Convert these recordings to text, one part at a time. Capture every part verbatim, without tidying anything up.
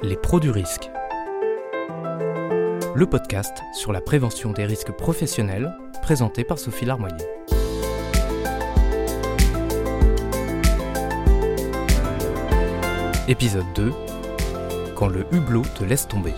Les pros du risque. Le podcast sur la prévention des risques professionnels, présenté par Sophie Larmoyer. Épisode deux. Quand le hublot te laisse tomber.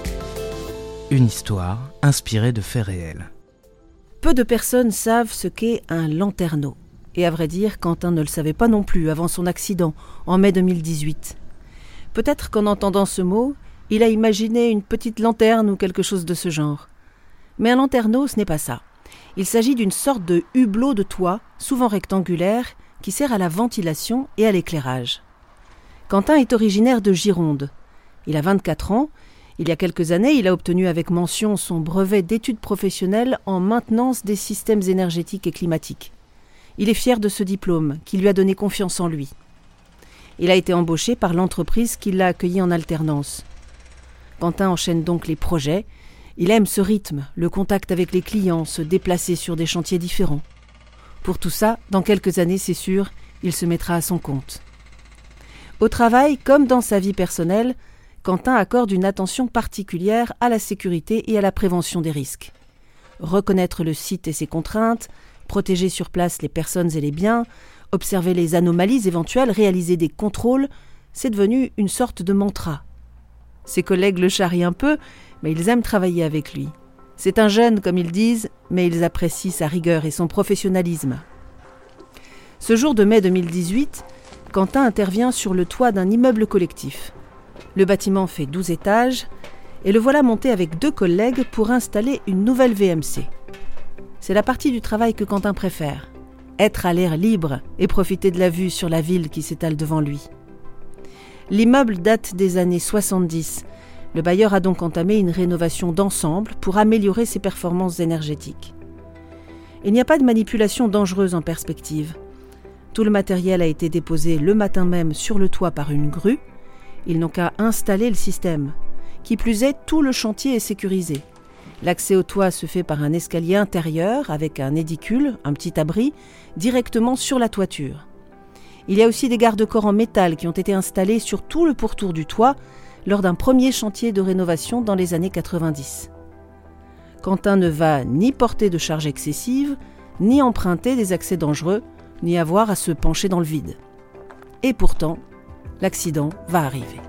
Une histoire inspirée de faits réels. Peu de personnes savent ce qu'est un lanterneau. Et à vrai dire, Quentin ne le savait pas non plus avant son accident, en mai deux mille dix-huit. Peut-être qu'en entendant ce mot, il a imaginé une petite lanterne ou quelque chose de ce genre. Mais un lanterneau, ce n'est pas ça. Il s'agit d'une sorte de hublot de toit, souvent rectangulaire, qui sert à la ventilation et à l'éclairage. Quentin est originaire de Gironde. Il a vingt-quatre ans. Il y a quelques années, il a obtenu avec mention son brevet d'études professionnelles en maintenance des systèmes énergétiques et climatiques. Il est fier de ce diplôme, qui lui a donné confiance en lui. Il a été embauché par l'entreprise qui l'a accueilli en alternance. Quentin enchaîne donc les projets. Il aime ce rythme, le contact avec les clients, se déplacer sur des chantiers différents. Pour tout ça, dans quelques années, c'est sûr, il se mettra à son compte. Au travail, comme dans sa vie personnelle, Quentin accorde une attention particulière à la sécurité et à la prévention des risques. Reconnaître le site et ses contraintes, protéger sur place les personnes et les biens, observer les anomalies éventuelles, réaliser des contrôles, c'est devenu une sorte de mantra. Ses collègues le charrient un peu, mais ils aiment travailler avec lui. C'est un jeune, comme ils disent, mais ils apprécient sa rigueur et son professionnalisme. Ce jour de mai deux mille dix-huit, Quentin intervient sur le toit d'un immeuble collectif. Le bâtiment fait douze étages et le voilà monté avec deux collègues pour installer une nouvelle V M C. C'est la partie du travail que Quentin préfère, être à l'air libre et profiter de la vue sur la ville qui s'étale devant lui. L'immeuble date des années soixante-dix. Le bailleur a donc entamé une rénovation d'ensemble pour améliorer ses performances énergétiques. Il n'y a pas de manipulation dangereuse en perspective. Tout le matériel a été déposé le matin même sur le toit par une grue. Ils n'ont qu'à installer le système. Qui plus est, tout le chantier est sécurisé. L'accès au toit se fait par un escalier intérieur avec un édicule, un petit abri, directement sur la toiture. Il y a aussi des garde-corps en métal qui ont été installés sur tout le pourtour du toit lors d'un premier chantier de rénovation dans les années quatre-vingt-dix. Quentin ne va ni porter de charge excessive, ni emprunter des accès dangereux, ni avoir à se pencher dans le vide. Et pourtant, l'accident va arriver.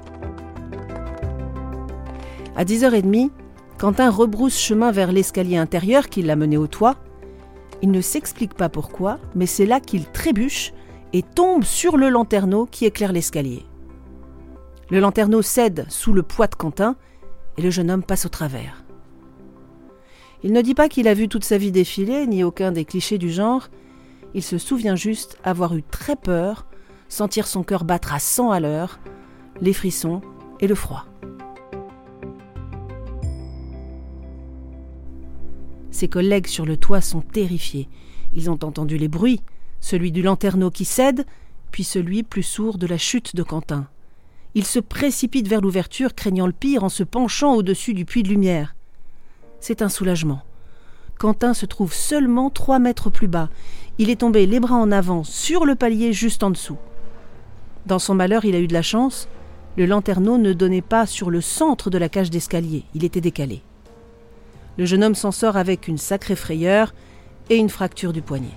À dix heures trente, Quentin rebrousse chemin vers l'escalier intérieur qui l'a mené au toit. Il ne s'explique pas pourquoi, mais c'est là qu'il trébuche et tombe sur le lanterneau qui éclaire l'escalier. Le lanterneau cède sous le poids de Quentin et le jeune homme passe au travers. Il ne dit pas qu'il a vu toute sa vie défiler, ni aucun des clichés du genre. Il se souvient juste avoir eu très peur, sentir son cœur battre à cent à l'heure, les frissons et le froid. Ses collègues sur le toit sont terrifiés. Ils ont entendu les bruits, celui du lanterneau qui cède, puis celui plus sourd de la chute de Quentin. Ils se précipitent vers l'ouverture, craignant le pire en se penchant au-dessus du puits de lumière. C'est un soulagement. Quentin se trouve seulement trois mètres plus bas. Il est tombé les bras en avant sur le palier juste en dessous. Dans son malheur, il a eu de la chance. Le lanterneau ne donnait pas sur le centre de la cage d'escalier. Il était décalé. Le jeune homme s'en sort avec une sacrée frayeur et une fracture du poignet.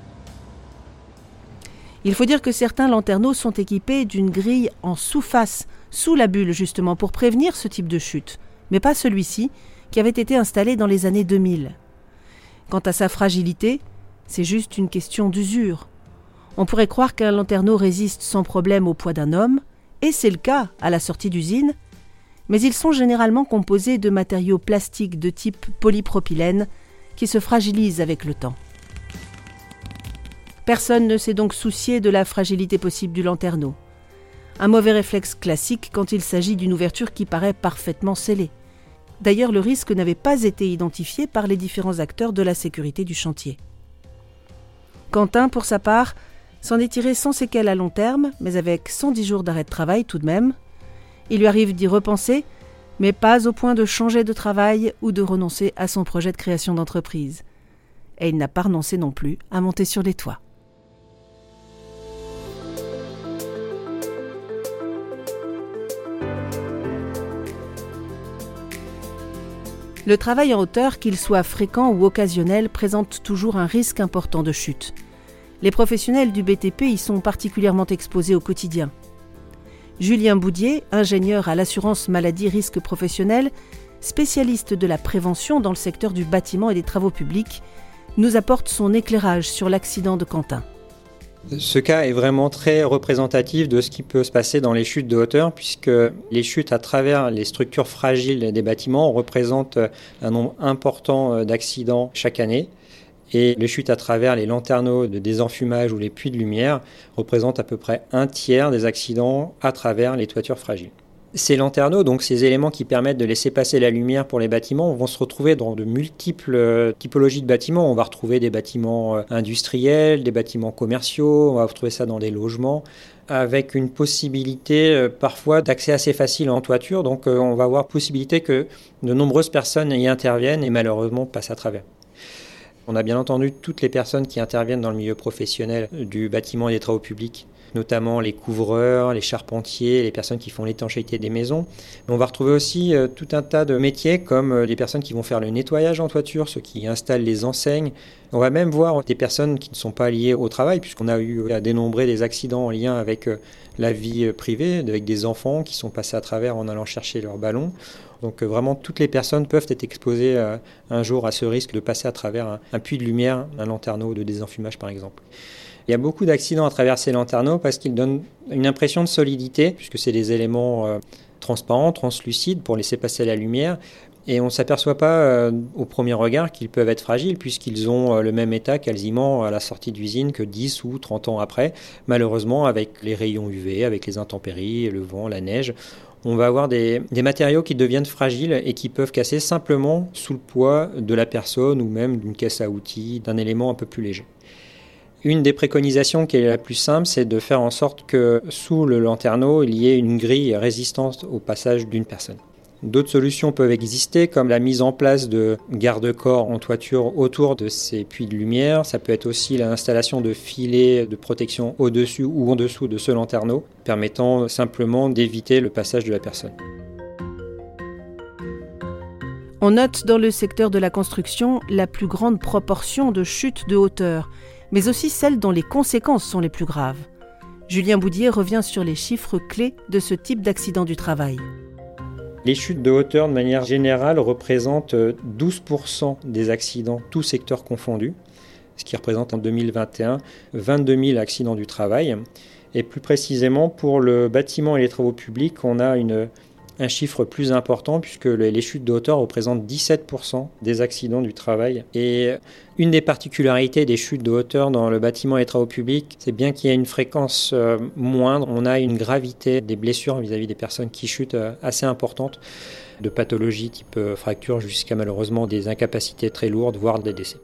Il faut dire que certains lanterneaux sont équipés d'une grille en sous-face, sous la bulle justement, pour prévenir ce type de chute, mais pas celui-ci, qui avait été installé dans les années deux mille. Quant à sa fragilité, c'est juste une question d'usure. On pourrait croire qu'un lanterneau résiste sans problème au poids d'un homme, et c'est le cas à la sortie d'usine, mais ils sont généralement composés de matériaux plastiques de type polypropylène qui se fragilisent avec le temps. Personne ne s'est donc soucié de la fragilité possible du lanterneau. Un mauvais réflexe classique quand il s'agit d'une ouverture qui paraît parfaitement scellée. D'ailleurs, le risque n'avait pas été identifié par les différents acteurs de la sécurité du chantier. Quentin, pour sa part, s'en est tiré sans séquelles à long terme, mais avec cent dix jours d'arrêt de travail tout de même. Il lui arrive d'y repenser, mais pas au point de changer de travail ou de renoncer à son projet de création d'entreprise. Et il n'a pas renoncé non plus à monter sur les toits. Le travail en hauteur, qu'il soit fréquent ou occasionnel, présente toujours un risque important de chute. Les professionnels du B T P y sont particulièrement exposés au quotidien. Julien Boudier, ingénieur à l'assurance maladie risque professionnel, spécialiste de la prévention dans le secteur du bâtiment et des travaux publics, nous apporte son éclairage sur l'accident de Quentin. Ce cas est vraiment très représentatif de ce qui peut se passer dans les chutes de hauteur, puisque les chutes à travers les structures fragiles des bâtiments représentent un nombre important d'accidents chaque année. Et les chutes à travers les lanterneaux de désenfumage ou les puits de lumière représentent à peu près un tiers des accidents à travers les toitures fragiles. Ces lanterneaux, donc ces éléments qui permettent de laisser passer la lumière pour les bâtiments, vont se retrouver dans de multiples typologies de bâtiments. On va retrouver des bâtiments industriels, des bâtiments commerciaux, on va retrouver ça dans des logements, avec une possibilité parfois d'accès assez facile en toiture. Donc on va avoir possibilité que de nombreuses personnes y interviennent et malheureusement passent à travers. On a bien entendu toutes les personnes qui interviennent dans le milieu professionnel du bâtiment et des travaux publics, notamment les couvreurs, les charpentiers, les personnes qui font l'étanchéité des maisons. Mais on va retrouver aussi euh, tout un tas de métiers comme euh, les personnes qui vont faire le nettoyage en toiture, ceux qui installent les enseignes. On va même voir des personnes qui ne sont pas liées au travail, puisqu'on a eu à dénombrer des accidents en lien avec euh, la vie euh, privée, avec des enfants qui sont passés à travers en allant chercher leur ballon. Donc euh, vraiment, toutes les personnes peuvent être exposées euh, un jour à ce risque de passer à travers un, un puits de lumière, un lanterneau de désenfumage par exemple. Il y a beaucoup d'accidents à travers ces lanterneaux parce qu'ils donnent une impression de solidité, puisque c'est des éléments euh, transparents, translucides pour laisser passer la lumière. Et on ne s'aperçoit pas euh, au premier regard qu'ils peuvent être fragiles, puisqu'ils ont euh, le même état quasiment à la sortie d'usine que dix ou trente ans après. Malheureusement, avec les rayons U V, avec les intempéries, le vent, la neige, on va avoir des, des matériaux qui deviennent fragiles et qui peuvent casser simplement sous le poids de la personne ou même d'une caisse à outils, d'un élément un peu plus léger. Une des préconisations qui est la plus simple, c'est de faire en sorte que sous le lanterneau, il y ait une grille résistante au passage d'une personne. D'autres solutions peuvent exister, comme la mise en place de garde-corps en toiture autour de ces puits de lumière. Ça peut être aussi l'installation de filets de protection au-dessus ou en dessous de ce lanterneau, permettant simplement d'éviter le passage de la personne. On note dans le secteur de la construction la plus grande proportion de chutes de hauteur, mais aussi celles dont les conséquences sont les plus graves. Julien Boudier revient sur les chiffres clés de ce type d'accident du travail. Les chutes de hauteur, de manière générale, représentent douze pour cent des accidents, tous secteurs confondus, ce qui représente en deux mille vingt et un vingt-deux mille accidents du travail. Et plus précisément, pour le bâtiment et les travaux publics, on a une, un chiffre plus important puisque les chutes de hauteur représentent dix-sept pour cent des accidents du travail. Et une des particularités des chutes de hauteur dans le bâtiment et les travaux publics, c'est bien qu'il y a une fréquence euh, moindre, on a une gravité des blessures vis-à-vis des personnes qui chutent euh, assez importante, de pathologies type euh, fracture jusqu'à malheureusement des incapacités très lourdes, voire des décès.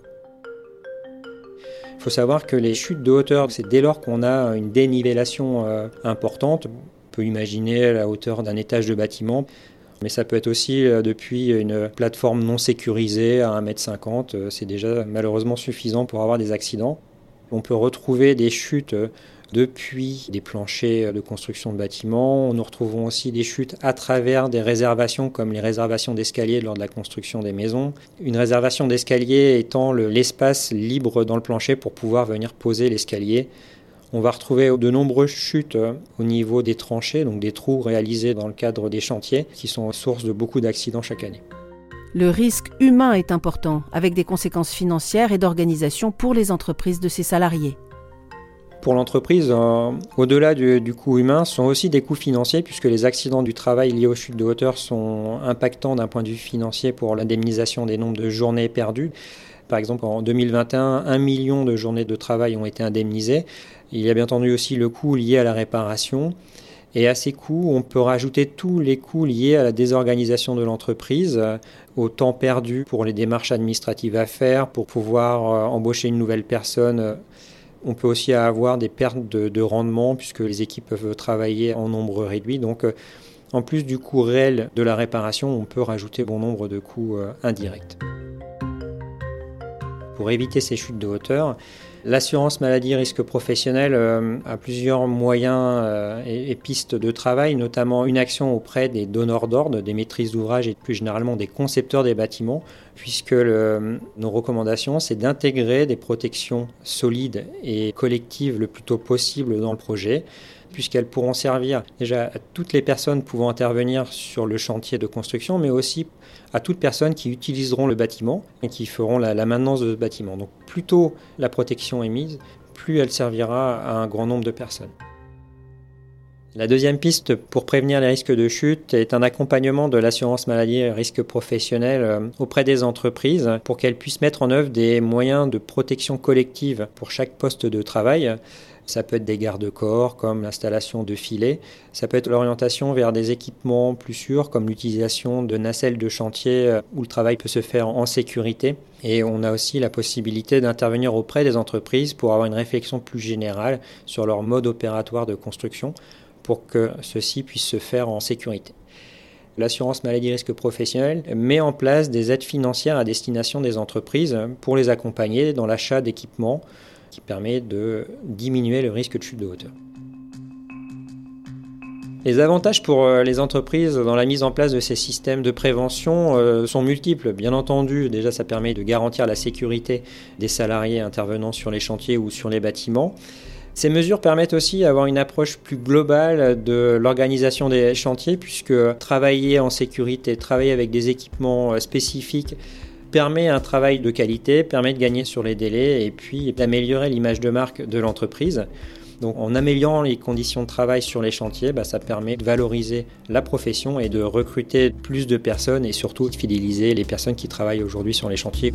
Il faut savoir que les chutes de hauteur, c'est dès lors qu'on a une dénivellation euh, importante. On peut imaginer la hauteur d'un étage de bâtiment. Mais ça peut être aussi depuis une plateforme non sécurisée à un mètre cinquante. C'est déjà malheureusement suffisant pour avoir des accidents. On peut retrouver des chutes depuis des planchers de construction de bâtiments. Nous retrouvons aussi des chutes à travers des réservations comme les réservations d'escaliers lors de la construction des maisons. Une réservation d'escalier étant le, l'espace libre dans le plancher pour pouvoir venir poser l'escalier. On va retrouver de nombreuses chutes au niveau des tranchées, donc des trous réalisés dans le cadre des chantiers, qui sont source de beaucoup d'accidents chaque année. Le risque humain est important, avec des conséquences financières et d'organisation pour les entreprises de ses salariés. Pour l'entreprise, euh, au-delà du, du coût humain, ce sont aussi des coûts financiers, puisque les accidents du travail liés aux chutes de hauteur sont impactants d'un point de vue financier pour l'indemnisation des nombres de journées perdues. Par exemple, en deux mille vingt et un, un million de journées de travail ont été indemnisées. Il y a bien entendu aussi le coût lié à la réparation. Et à ces coûts, on peut rajouter tous les coûts liés à la désorganisation de l'entreprise, au temps perdu pour les démarches administratives à faire, pour pouvoir embaucher une nouvelle personne. On peut aussi avoir des pertes de, de rendement puisque les équipes peuvent travailler en nombre réduit. Donc, en plus du coût réel de la réparation, on peut rajouter bon nombre de coûts indirects. Pour éviter ces chutes de hauteur, L'assurance maladie risque professionnel euh, a plusieurs moyens euh, et, et pistes de travail, notamment une action auprès des donneurs d'ordre, des maîtrises d'ouvrage et plus généralement des concepteurs des bâtiments, puisque le, nos recommandations, c'est d'intégrer des protections solides et collectives le plus tôt possible dans le projet, puisqu'elles pourront servir déjà à toutes les personnes pouvant intervenir sur le chantier de construction, mais aussi à toutes personnes qui utiliseront le bâtiment et qui feront la, la maintenance de ce bâtiment. Donc plus tôt la protection est mise, plus elle servira à un grand nombre de personnes. La deuxième piste pour prévenir les risques de chute est un accompagnement de l'assurance maladie et risque professionnel auprès des entreprises pour qu'elles puissent mettre en œuvre des moyens de protection collective pour chaque poste de travail. Ça peut être des garde-corps comme l'installation de filets, ça peut être l'orientation vers des équipements plus sûrs comme l'utilisation de nacelles de chantier où le travail peut se faire en sécurité. Et on a aussi la possibilité d'intervenir auprès des entreprises pour avoir une réflexion plus générale sur leur mode opératoire de construction pour que ceci puisse se faire en sécurité. L'assurance maladie risque professionnel met en place des aides financières à destination des entreprises pour les accompagner dans l'achat d'équipements qui permet de diminuer le risque de chute de hauteur. Les avantages pour les entreprises dans la mise en place de ces systèmes de prévention sont multiples. Bien entendu, déjà ça permet de garantir la sécurité des salariés intervenant sur les chantiers ou sur les bâtiments. Ces mesures permettent aussi d'avoir une approche plus globale de l'organisation des chantiers, puisque travailler en sécurité, travailler avec des équipements spécifiques permet un travail de qualité, permet de gagner sur les délais et puis d'améliorer l'image de marque de l'entreprise. Donc en améliorant les conditions de travail sur les chantiers, bah, ça permet de valoriser la profession et de recruter plus de personnes et surtout de fidéliser les personnes qui travaillent aujourd'hui sur les chantiers.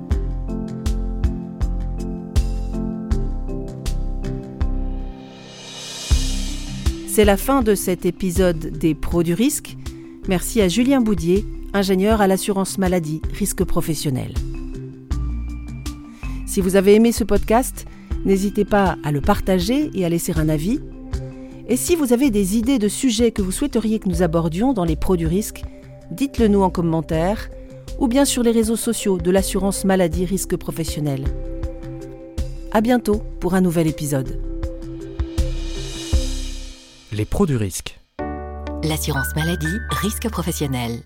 C'est la fin de cet épisode des Pros du risque. Merci à Julien Boudier, ingénieur à l'assurance maladie risque professionnel. Si vous avez aimé ce podcast, n'hésitez pas à le partager et à laisser un avis. Et si vous avez des idées de sujets que vous souhaiteriez que nous abordions dans les Pros du risque, dites-le nous en commentaire ou bien sur les réseaux sociaux de l'assurance maladie risque professionnel. À bientôt pour un nouvel épisode. Les Pros du risque. L'assurance maladie risque professionnel.